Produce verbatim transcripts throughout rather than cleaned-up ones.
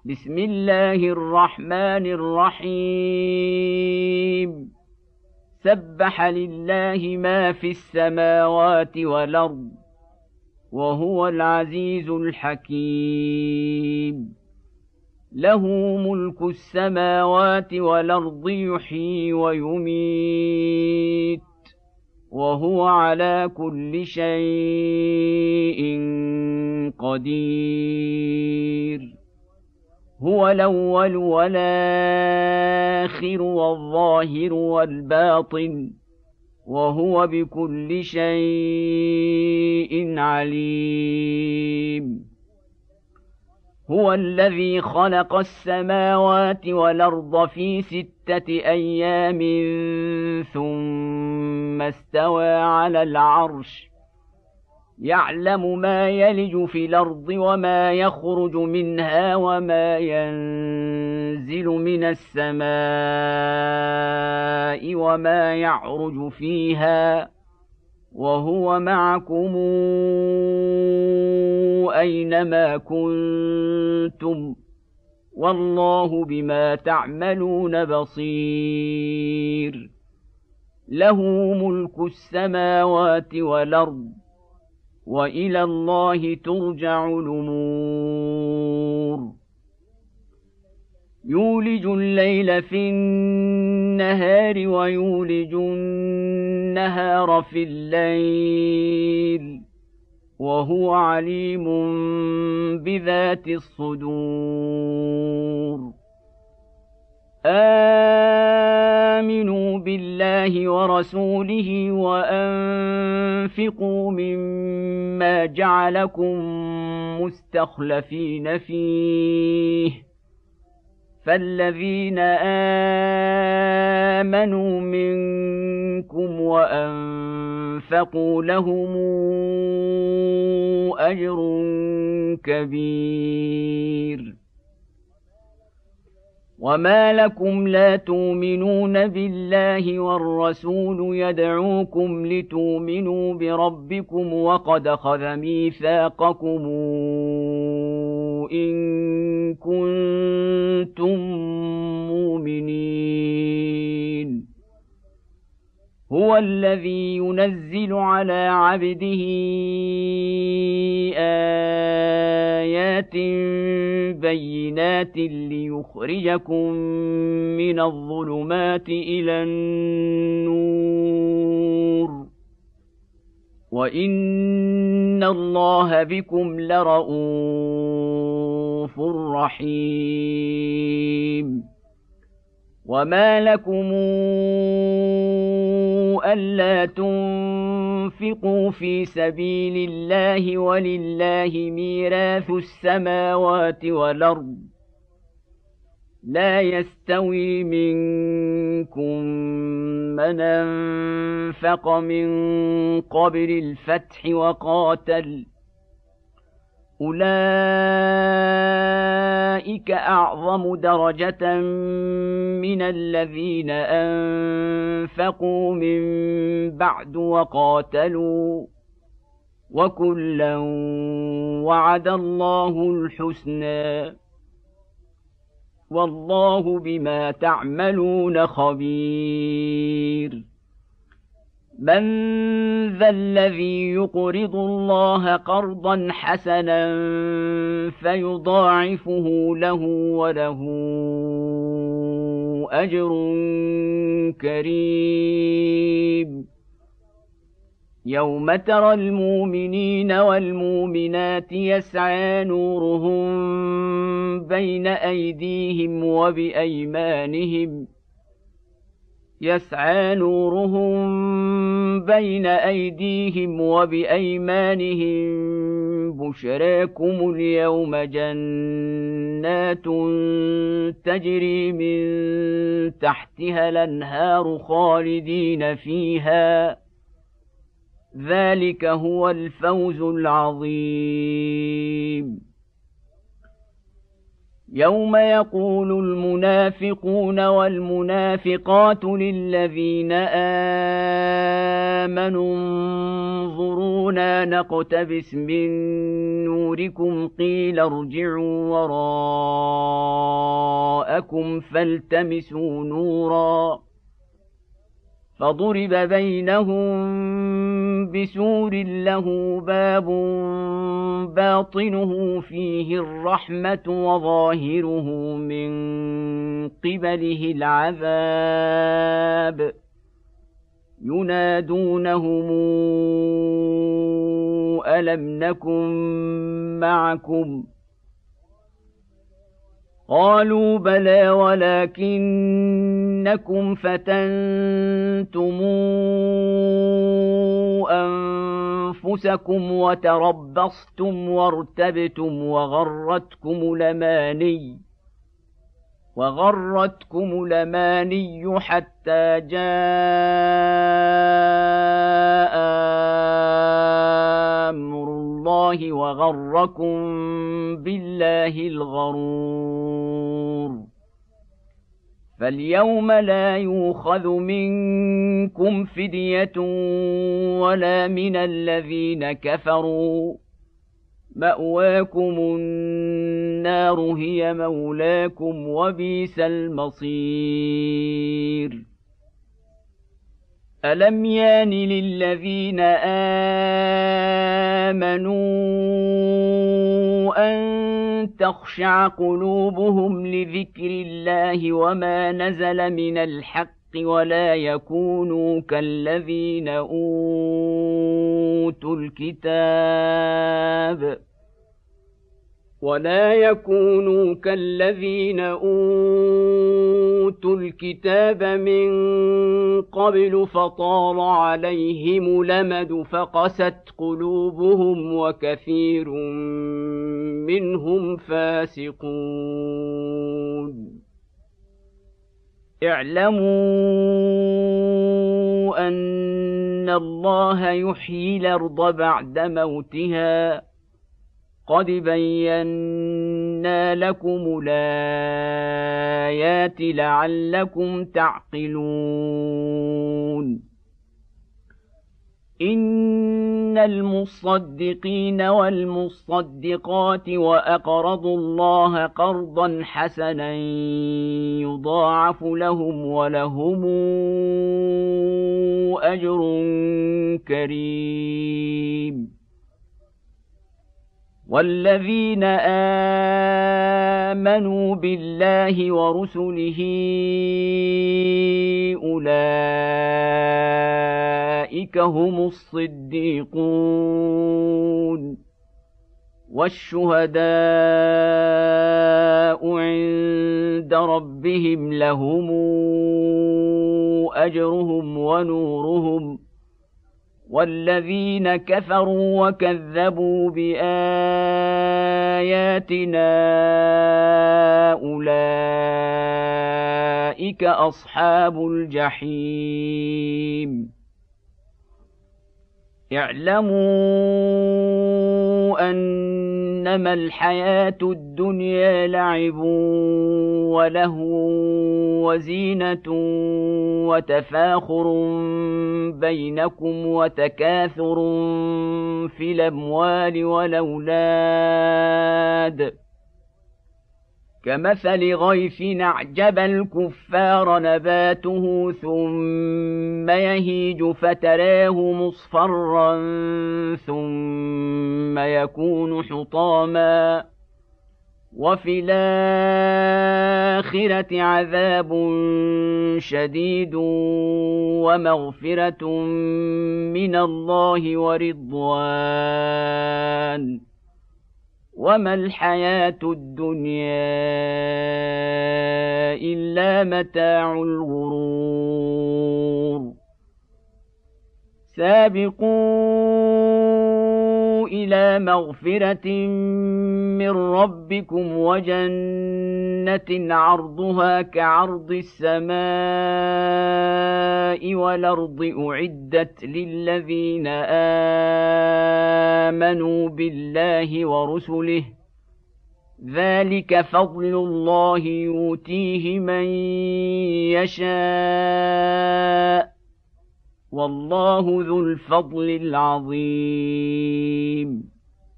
بسم الله الرحمن الرحيم سبح لله ما في السماوات والأرض وهو العزيز الحكيم له ملك السماوات والأرض يحيي ويميت وهو على كل شيء قدير هو الأول والآخر والظاهر والباطن وهو بكل شيء عليم هو الذي خلق السماوات والأرض في ستة أيام ثم استوى على العرش يعلم ما يلج في الأرض وما يخرج منها وما ينزل من السماء وما يعرج فيها وهو معكم أينما كنتم والله بما تعملون بصير له ملك السماوات والأرض وإلى الله ترجع الأمور يولج الليل في النهار ويولج النهار في الليل وهو عليم بذات الصدور آمنوا بالله ورسوله وأنفقوا مما جعلكم مستخلفين فيه فالذين آمنوا منكم وأنفقوا لهم أجر كبير وما لكم لا تؤمنون بالله والرسول يدعوكم لتؤمنوا بربكم وقد أخذ ميثاقكم إن كنتم مؤمنين هو الذي ينزل على عبده آيات بينات ليخرجكم من الظلمات إلى النور وإن الله بكم لرءوف رحيم وما لكم ألا تنفقوا في سبيل الله ولله ميراث السماوات والأرض لا يستوي منكم من أنفق من قبل الفتح وقاتل أولئك أعظم درجة من الذين أنفقوا من بعد وقاتلوا وكلا وعد الله الحسنى والله بما تعملون خبير من ذا الذي يقرض الله قرضا حسنا فيضاعفه له وله أجر كريم يوم ترى المؤمنين والمؤمنات يسعى نورهم بين أيديهم وبأيمانهم يسعى نورهم بين أيديهم وبأيمانهم بشراكم اليوم جنات تجري من تحتها الأنهار خالدين فيها ذلك هو الفوز العظيم يوم يقول المنافقون والمنافقات للذين آمنوا انظرونا نقتبس من نوركم قيل ارجعوا وراءكم فالتمسوا نورا فضرب بينهم بسور له باب باطنه فيه الرحمة وظاهره من قبله العذاب ينادونهم ألم نكن معكم قالوا بلى ولكنكم فتنتم أنفسكم وتربصتم وارتبتم وغرتكم الأماني وغرتكم الأماني حتى جاء أمر الله وغركم بالله الغرور فاليوم لا يؤخذ منكم فدية ولا من الذين كفروا مأواكم النار هي مولاكم وبئس المصير ألم يان للذين آمنوا أن تخشع قلوبهم لذكر الله وما نزل من الحق ولا يكونوا كالذين أوتوا الكتاب ولا يكونوا كالذين أوتوا الكتاب من قبل فطال عليهم الأمد فقست قلوبهم وكثير منهم فاسقون اعلموا أن الله يحيي الأرض بعد موتها قد بينا لكم الآيات لعلكم تعقلون إن المصدقين والمصدقات وأقرضوا الله قرضا حسنا يضاعف لهم ولهم أجر كريم والذين آمنوا بالله ورسله أولئك هم الصديقون والشهداء عند ربهم لهم أجرهم ونورهم والذين كفروا وكذبوا بآياتنا أولئك أصحاب الجحيم اعلموا أنما الحياة الدنيا لعب ولهو وزينة وتفاخر بينكم وتكاثر في الأموال والأولاد كمثل غيث أعجب الكفار نباته ثم يهيج فتراه مصفرا ثم يكون حطاما وفي الآخرة عذاب شديد ومغفرة من الله ورضوان وما الحياة الدنيا إلا متاع الغرور سابقوا إلى مغفرة من ربكم وجنة عرضها كعرض السماء والأرض أعدت للذين آمنوا بالله ورسله ذلك فضل الله يؤتيه من يشاء والله ذو الفضل العظيم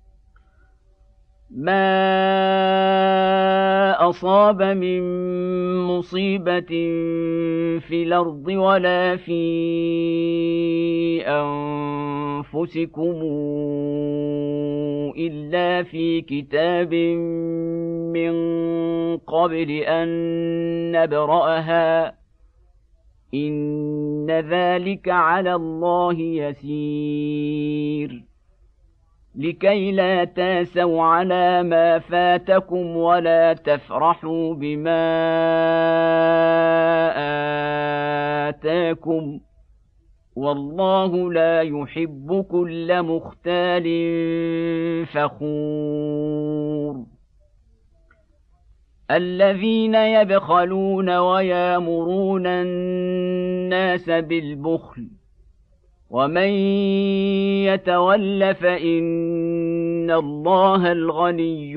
ما أصاب من مصيبة في الأرض ولا في أنفسكم إلا في كتاب من قبل أن نبرأها إن ذلك على الله يسير لكي لا تاسوا على ما فاتكم ولا تفرحوا بما آتاكم والله لا يحب كل مختال فخور الذين يبخلون ويامرون الناس بالبخل ومن يتول فإن الله الغني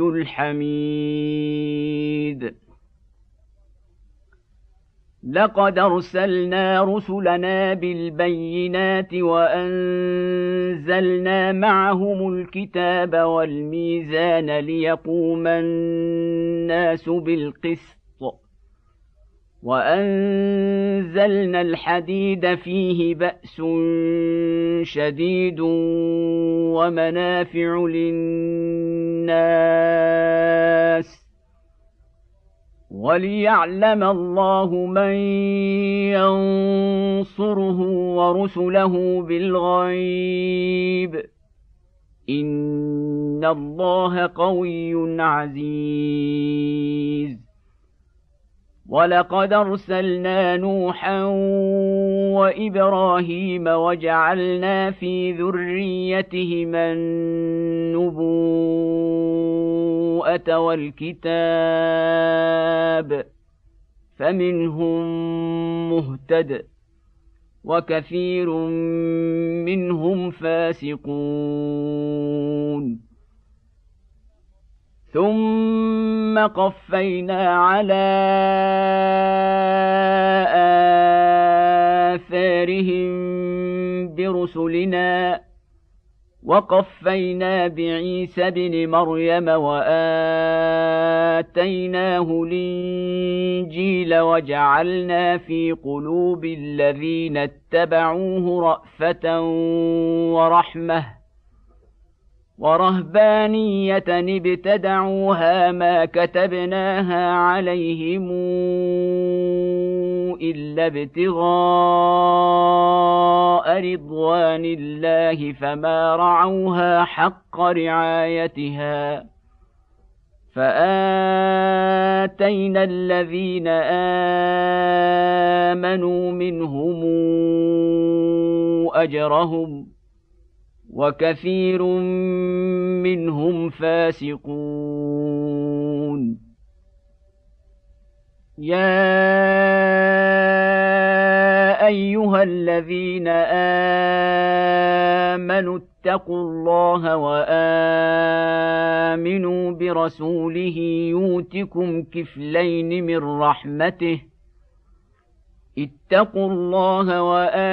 الحميد لقد أرسلنا رسلنا بالبينات وأنزلنا معهم الكتاب والميزان ليقوم الناس بالقسط وأنزلنا الحديد فيه بأس شديد ومنافع للناس وليعلم الله من ينصره ورسله بالغيب إن الله قوي عزيز ولقد أرسلنا نوحا وإبراهيم وجعلنا في ذريتهما النبوءة والكتاب فمنهم مهتد وكثير منهم فاسقون ثم قفينا على آثارهم برسلنا وقفينا بعيسى ابن مريم وآتيناه الإنجيل وجعلنا في قلوب الذين اتبعوه رأفة ورحمة ورهبانية ابتدعوها ما كتبناها عليهم إلا ابتغاء رضوان الله فما رعوها حق رعايتها فآتينا الذين آمنوا منهم أجرهم وكثير منهم فاسقون يا أيها الذين آمنوا اتقوا الله وآمنوا برسوله يؤتكم كفلين من رحمته اتقوا الله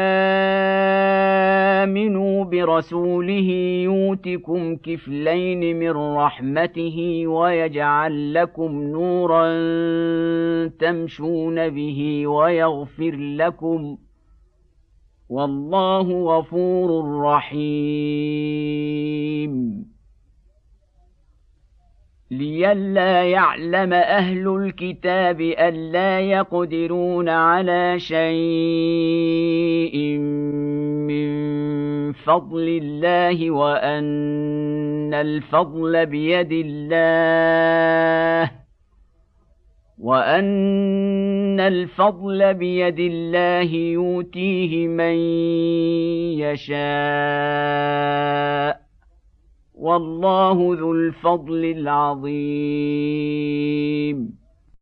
وآمنوا برسوله يؤتكم كفلين من رحمته ويجعل لكم نورا تمشون به ويغفر لكم والله غفور رحيم لئلا يعلم أهل الكتاب ألا يقدرون على شيء من فضل الله وأن الفضل بيد الله وأن الفضل بيد الله يؤتيه من يشاء والله ذو الفضل العظيم